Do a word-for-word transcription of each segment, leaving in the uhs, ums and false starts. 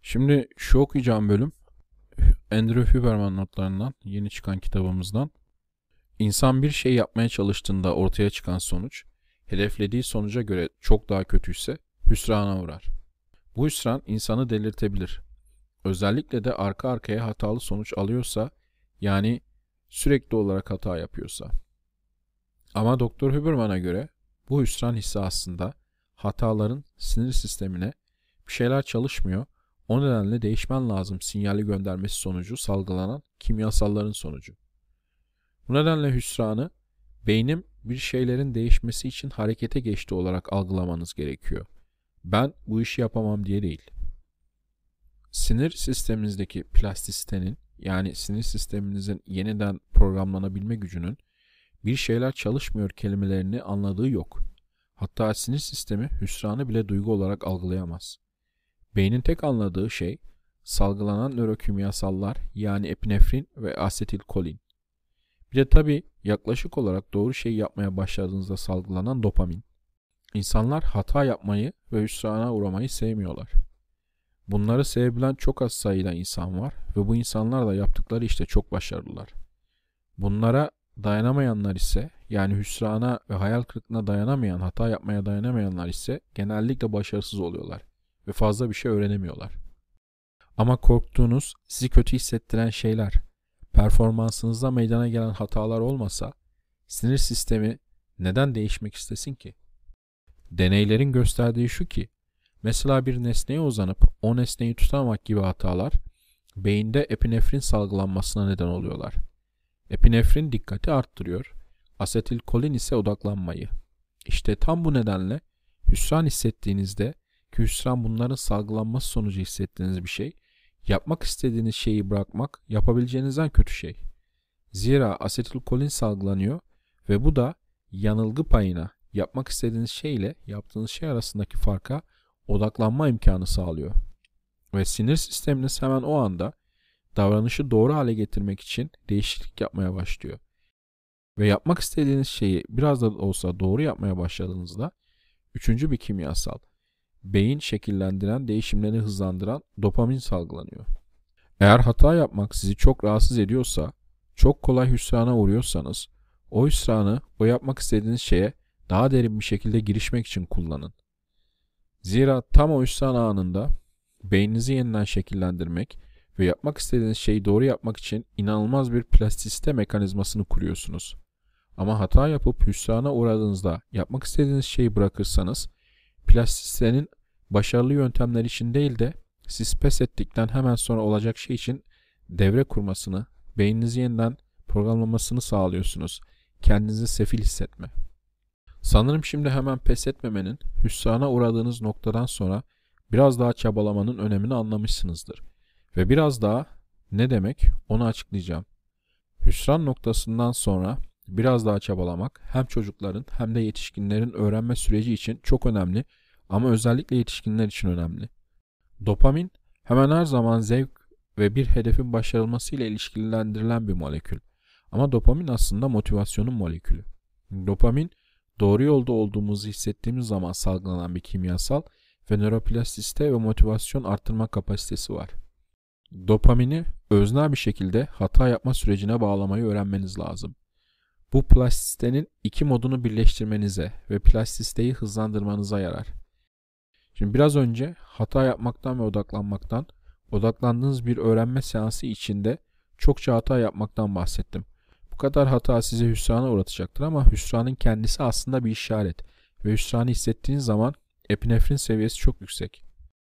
Şimdi şu okuyacağım bölüm Andrew Huberman notlarından, yeni çıkan kitabımızdan. İnsan bir şey yapmaya çalıştığında ortaya çıkan sonuç, hedeflediği sonuca göre çok daha kötüyse hüsrana uğrar. Bu hüsran insanı delirtebilir. Özellikle de arka arkaya hatalı sonuç alıyorsa, yani sürekli olarak hata yapıyorsa. Ama Doktor Huberman'a göre bu hüsran hissi aslında hataların sinir sistemine bir şeyler çalışmıyor, o nedenle değişmen lazım sinyali göndermesi sonucu salgılanan kimyasalların sonucu. Bu nedenle hüsranı beynim bir şeylerin değişmesi için harekete geçti olarak algılamanız gerekiyor. Ben bu işi yapamam diye değil. Sinir sisteminizdeki plastisitenin, yani sinir sisteminizin yeniden programlanabilme gücünün bir şeyler çalışmıyor kelimelerini anladığı yok. Hatta sinir sistemi hüsranı bile duygu olarak algılayamaz. Beynin tek anladığı şey salgılanan nörokimyasallar, yani epinefrin ve asetilkolin. Bir de tabii yaklaşık olarak doğru şeyi yapmaya başladığınızda salgılanan dopamin. İnsanlar hata yapmayı ve hüsrana uğramayı sevmiyorlar. Bunları sevebilen çok az sayıda insan var ve bu insanlar da yaptıkları işte çok başarılılar. Bunlara dayanamayanlar ise, yani hüsrana ve hayal kırıklığına dayanamayan, hata yapmaya dayanamayanlar ise genellikle başarısız oluyorlar ve fazla bir şey öğrenemiyorlar. Ama korktuğunuz, sizi kötü hissettiren şeyler, performansınızda meydana gelen hatalar olmasa, sinir sistemi neden değişmek istesin ki? Deneylerin gösterdiği şu ki, mesela bir nesneye uzanıp o nesneyi tutamak gibi hatalar, beyinde epinefrin salgılanmasına neden oluyorlar. Epinefrin dikkati arttırıyor, asetilkolin ise odaklanmayı. İşte tam bu nedenle hüsran hissettiğinizde, ki hüsran bunların salgılanması sonucu hissettiğiniz bir şey, yapmak istediğiniz şeyi bırakmak yapabileceğinizden kötü şey. Zira asetilkolin salgılanıyor ve bu da yanılgı payına, yapmak istediğiniz şey ile yaptığınız şey arasındaki farka odaklanma imkanı sağlıyor. Ve sinir sisteminiz hemen o anda davranışı doğru hale getirmek için değişiklik yapmaya başlıyor. Ve yapmak istediğiniz şeyi biraz da olsa doğru yapmaya başladığınızda üçüncü bir kimyasal, beyin şekillendiren, değişimleri hızlandıran dopamin salgılanıyor. Eğer hata yapmak sizi çok rahatsız ediyorsa, çok kolay hüsrana uğruyorsanız, o hüsranı o yapmak istediğiniz şeye daha derin bir şekilde girişmek için kullanın. Zira tam o hüsran anında beyninizi yeniden şekillendirmek ve yapmak istediğiniz şeyi doğru yapmak için inanılmaz bir plastisite mekanizmasını kuruyorsunuz. Ama hata yapıp hüsrana uğradığınızda yapmak istediğiniz şeyi bırakırsanız, plastisitenin başarılı yöntemler için değil de siz pes ettikten hemen sonra olacak şey için devre kurmasını, beyninizi yeniden programlamasını sağlıyorsunuz. Kendinizi sefil hissetme. Sanırım şimdi hemen pes etmemenin, hüsrana uğradığınız noktadan sonra biraz daha çabalamanın önemini anlamışsınızdır. Ve biraz daha ne demek onu açıklayacağım. Hüsran noktasından sonra biraz daha çabalamak hem çocukların hem de yetişkinlerin öğrenme süreci için çok önemli, ama özellikle yetişkinler için önemli. Dopamin hemen her zaman zevk ve bir hedefin başarılmasıyla ilişkilendirilen bir molekül. Ama dopamin aslında motivasyonun molekülü. Dopamin doğru yolda olduğumuzu hissettiğimiz zaman salgılanan bir kimyasal ve nöroplastisite ve motivasyon arttırma kapasitesi var. Dopamini öznel bir şekilde hata yapma sürecine bağlamayı öğrenmeniz lazım. Bu plastisitenin iki modunu birleştirmenize ve plastisiteyi hızlandırmanıza yarar. Şimdi biraz önce hata yapmaktan ve odaklanmaktan, odaklandığınız bir öğrenme seansı içinde çokça hata yapmaktan bahsettim. Bu kadar hata sizi hüsrana uğratacaktır ama hüsranın kendisi aslında bir işaret ve hüsranı hissettiğiniz zaman epinefrin seviyesi çok yüksek.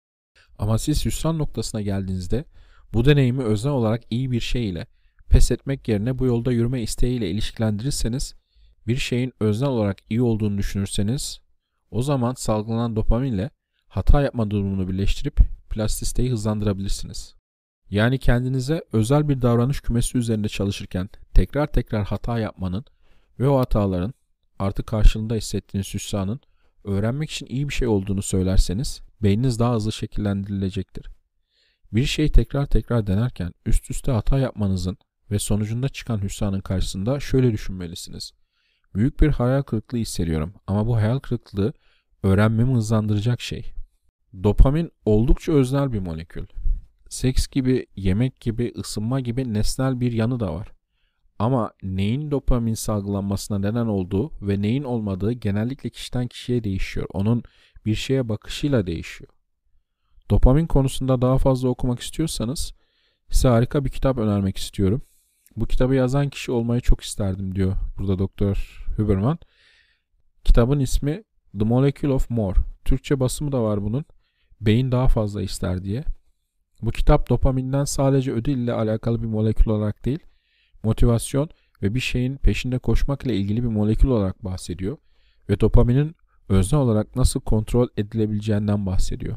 Ama siz hüsran noktasına geldiğinizde bu deneyimi öznel olarak iyi bir şey ile, pes etmek yerine bu yolda yürüme isteğiyle ilişkilendirirseniz, bir şeyin öznel olarak iyi olduğunu düşünürseniz, o zaman salgılanan dopaminle hata yapma durumunu birleştirip plastisiteyi hızlandırabilirsiniz. Yani kendinize özel bir davranış kümesi üzerinde çalışırken tekrar tekrar hata yapmanın ve o hataların artık karşılığında hissettiğiniz hüsranın öğrenmek için iyi bir şey olduğunu söylerseniz, beyniniz daha hızlı şekillendirilecektir. Bir şeyi tekrar tekrar denerken üst üste hata yapmanızın ve sonucunda çıkan hüsranın karşısında şöyle düşünmelisiniz. Büyük bir hayal kırıklığı hissediyorum ama bu hayal kırıklığı öğrenmemi hızlandıracak şey. Dopamin oldukça öznel bir molekül. seks gibi, yemek gibi, ısınma gibi nesnel bir yanı da var. Ama neyin dopamin salgılanmasına neden olduğu ve neyin olmadığı genellikle kişiden kişiye değişiyor. Onun bir şeye bakışıyla değişiyor. Dopamin konusunda daha fazla okumak istiyorsanız size harika bir kitap önermek istiyorum. Bu kitabı yazan kişi olmayı çok isterdim diyor burada doktor Huberman. Kitabın ismi The Molecule of More. Türkçe basımı da var bunun. Beyin daha fazla ister diye. Bu kitap dopaminden sadece ödül ile alakalı bir molekül olarak değil, motivasyon ve bir şeyin peşinde koşmak ile ilgili bir molekül olarak bahsediyor ve dopaminin öznel olarak nasıl kontrol edilebileceğinden bahsediyor.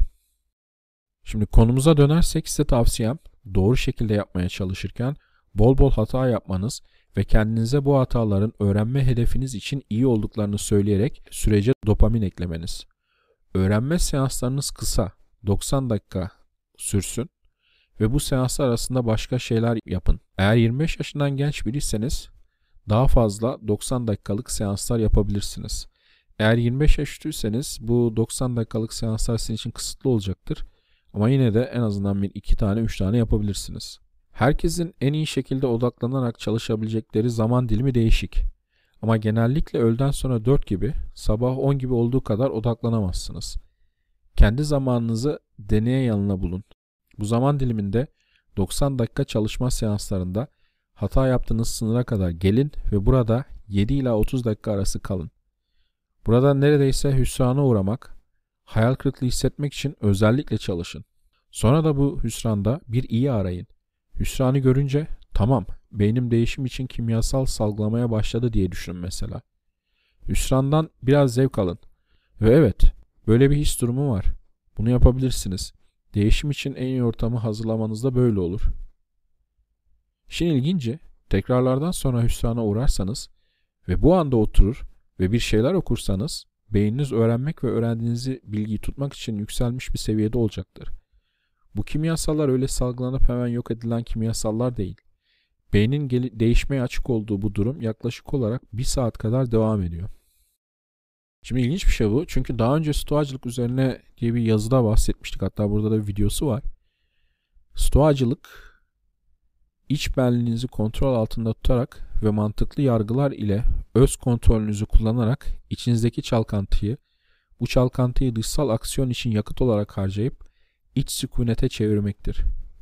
Şimdi konumuza dönersek size tavsiyem doğru şekilde yapmaya çalışırken bol bol hata yapmanız ve kendinize bu hataların öğrenme hedefiniz için iyi olduklarını söyleyerek sürece dopamin eklemeniz. Öğrenme seanslarınız kısa, doksan dakika sürsün ve bu seanslar arasında başka şeyler yapın. Eğer yirmi beş yaşından genç biriyseniz daha fazla doksan dakikalık seanslar yapabilirsiniz. Eğer yirmi beş yaş üstüyseniz bu doksan dakikalık seanslar sizin için kısıtlı olacaktır. Ama yine de en azından bir iki tane, üç tane yapabilirsiniz. Herkesin en iyi şekilde odaklanarak çalışabilecekleri zaman dilimi değişik. Ama genellikle öğleden sonra dört gibi, sabah on gibi olduğu kadar odaklanamazsınız. Kendi zamanınızı deneye yanına bulun. Bu zaman diliminde doksan dakika çalışma seanslarında hata yaptığınız sınıra kadar gelin ve burada yedi ila otuz dakika arası kalın. Burada neredeyse hüsrana uğramak, hayal kırıklığı hissetmek için özellikle çalışın. Sonra da bu hüsranda bir iyi arayın. Hüsranı görünce tamam, beynim değişim için kimyasal salgılamaya başladı diye düşünün mesela. Hüsrandan biraz zevk alın. Ve evet, böyle bir his durumu var. Bunu yapabilirsiniz. Değişim için en iyi ortamı hazırlamanız da böyle olur. İşin ilginci, tekrarlardan sonra hüsrana uğrarsanız ve bu anda oturur ve bir şeyler okursanız, beyniniz öğrenmek ve öğrendiğinizi bilgiyi tutmak için yükselmiş bir seviyede olacaktır. Bu kimyasallar öyle salgılanıp hemen yok edilen kimyasallar değil. Beynin değişmeye açık olduğu bu durum yaklaşık olarak bir saat kadar devam ediyor. Şimdi ilginç bir şey bu. Çünkü daha önce stoacılık üzerine diye bir yazıda bahsetmiştik. Hatta burada da bir videosu var. Stoacılık, iç benliğinizi kontrol altında tutarak ve mantıklı yargılar ile öz kontrolünüzü kullanarak içinizdeki çalkantıyı, bu çalkantıyı dışsal aksiyon için yakıt olarak harcayıp iç sükunete çevirmektir.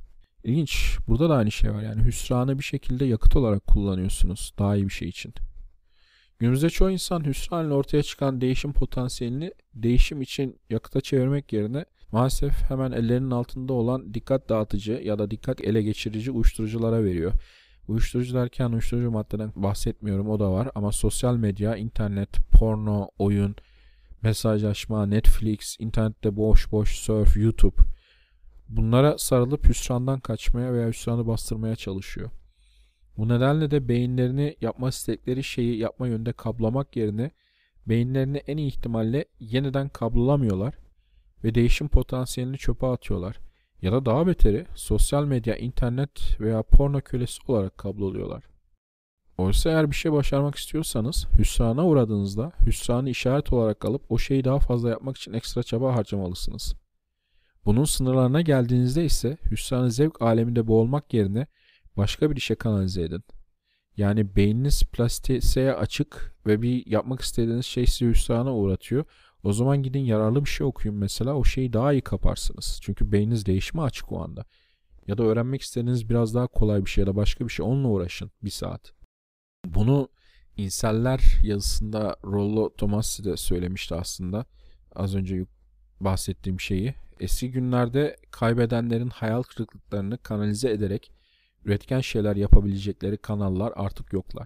İlginç. Burada da aynı şey var. Yani hüsranı bir şekilde yakıt olarak kullanıyorsunuz daha iyi bir şey için. Günümüzde çoğu insan hüsranla ortaya çıkan değişim potansiyelini değişim için yakıta çevirmek yerine maalesef hemen ellerinin altında olan dikkat dağıtıcı ya da dikkat ele geçirici uyuşturuculara veriyor. Uyuşturucu derken uyuşturucu maddeden bahsetmiyorum, o da var ama sosyal medya, internet, porno, oyun, mesajlaşma, Netflix, internette boş boş surf, YouTube, bunlara sarılıp hüsrandan kaçmaya veya hüsranı bastırmaya çalışıyor. Bu nedenle de beyinlerini yapma istedikleri şeyi yapma yönünde kablamak yerine beyinlerini en iyi ihtimalle yeniden kablolamıyorlar ve değişim potansiyelini çöpe atıyorlar. Ya da daha beteri sosyal medya, internet veya porno kölesi olarak kabloluyorlar. Oysa eğer bir şey başarmak istiyorsanız hüsrana uğradığınızda hüsranı işaret olarak alıp o şeyi daha fazla yapmak için ekstra çaba harcamalısınız. Bunun sınırlarına geldiğinizde ise hüsranı zevk aleminde boğulmak yerine başka bir işe kanalize edin. Yani beyniniz plastisiteye açık ve bir yapmak istediğiniz şey sizi hüsrana uğratıyor. O zaman gidin yararlı bir şey okuyun mesela, o şeyi daha iyi kaparsınız. Çünkü beyniniz değişime açık o anda. Ya da öğrenmek istediğiniz biraz daha kolay bir şey ya da başka bir şey, onunla uğraşın bir saat. Bunu İnseller yazısında Rollo Tomassi de söylemişti aslında. Az önce bahsettiğim şeyi. Eski günlerde kaybedenlerin hayal kırıklıklarını kanalize ederek üretken şeyler yapabilecekleri kanallar artık yoklar.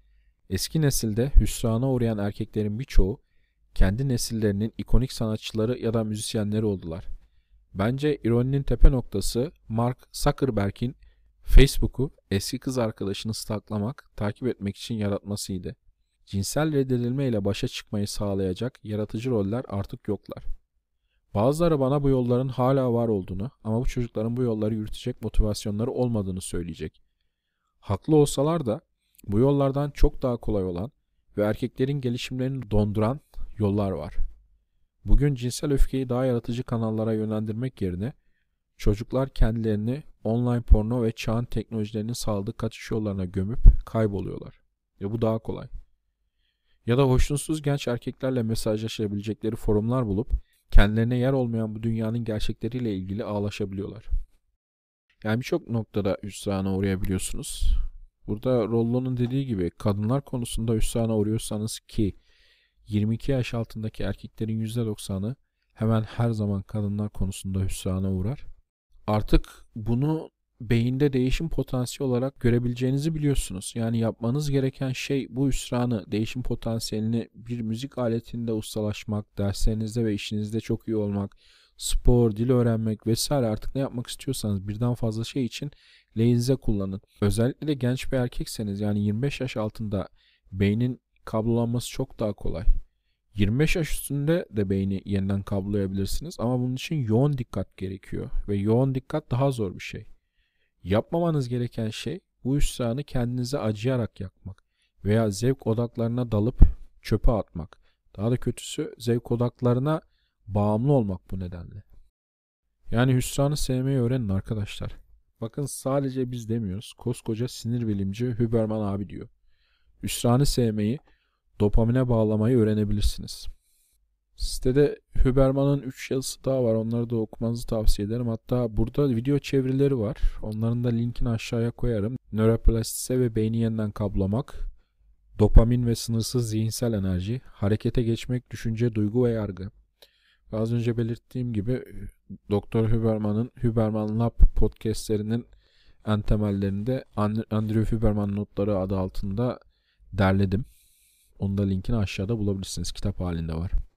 Eski nesilde hüsrana uğrayan erkeklerin birçoğu kendi nesillerinin ikonik sanatçıları ya da müzisyenleri oldular. Bence ironinin tepe noktası Mark Zuckerberg'in Facebook'u eski kız arkadaşını stalklamak, takip etmek için yaratmasıydı. Cinsel reddedilme ile başa çıkmayı sağlayacak yaratıcı roller artık yoklar. Bazıları bana bu yolların hala var olduğunu ama bu çocukların bu yolları yürütecek motivasyonları olmadığını söyleyecek. Haklı olsalar da bu yollardan çok daha kolay olan ve erkeklerin gelişimlerini donduran yollar var. Bugün cinsel öfkeyi daha yaratıcı kanallara yönlendirmek yerine Çocuklar kendilerini online porno ve çağın teknolojilerinin sağladığı kaçış yollarına gömüp kayboluyorlar. Ya bu daha kolay. Ya da hoşnutsuz genç erkeklerle mesajlaşabilecekleri forumlar bulup kendilerine yer olmayan bu dünyanın gerçekleriyle ilgili ağlaşabiliyorlar. Yani birçok noktada hüsrana uğrayabiliyorsunuz. Burada Rollo'nun dediği gibi kadınlar konusunda hüsrana uğruyorsanız, ki yirmi iki yaş altındaki erkeklerin yüzde doksanı hemen her zaman kadınlar konusunda hüsrana uğrar. Artık bunu beyinde değişim potansiyeli olarak görebileceğinizi biliyorsunuz. Yani yapmanız gereken şey bu hüsranı, değişim potansiyelini bir müzik aletinde ustalaşmak, derslerinizde ve işinizde çok iyi olmak, spor, dil öğrenmek vesaire, artık ne yapmak istiyorsanız birden fazla şey için lehinize kullanın. Özellikle de genç bir erkekseniz, yani yirmi beş yaş altında beynin kablolanması çok daha kolay. yirmi beş yaş üstünde de beyni yeniden kablolayabilirsiniz ama bunun için yoğun dikkat gerekiyor ve yoğun dikkat daha zor bir şey. Yapmamanız gereken şey bu hüsranı kendinize acıyarak yakmak veya zevk odaklarına dalıp çöpe atmak. Daha da kötüsü zevk odaklarına bağımlı olmak bu nedenle. Yani hüsranı sevmeyi öğrenin arkadaşlar. Bakın, sadece biz demiyoruz. Koskoca sinir bilimci Huberman abi diyor. Hüsranı sevmeyi, dopamine bağlamayı öğrenebilirsiniz. Sitede Huberman'ın üç yazısı daha var. Onları da okumanızı tavsiye ederim. Hatta burada video çevirileri var. Onların da linkini aşağıya koyarım. Nöroplastise ve beyni yeniden kablamak, dopamin ve sınırsız zihinsel enerji, harekete geçmek, düşünce, duygu ve yargı. Az önce belirttiğim gibi Doktor Huberman'ın Huberman Lab podcastlerinin en temellerinde Andrew Huberman notları adı altında derledim. Onun da linkini aşağıda bulabilirsiniz. Kitap halinde var.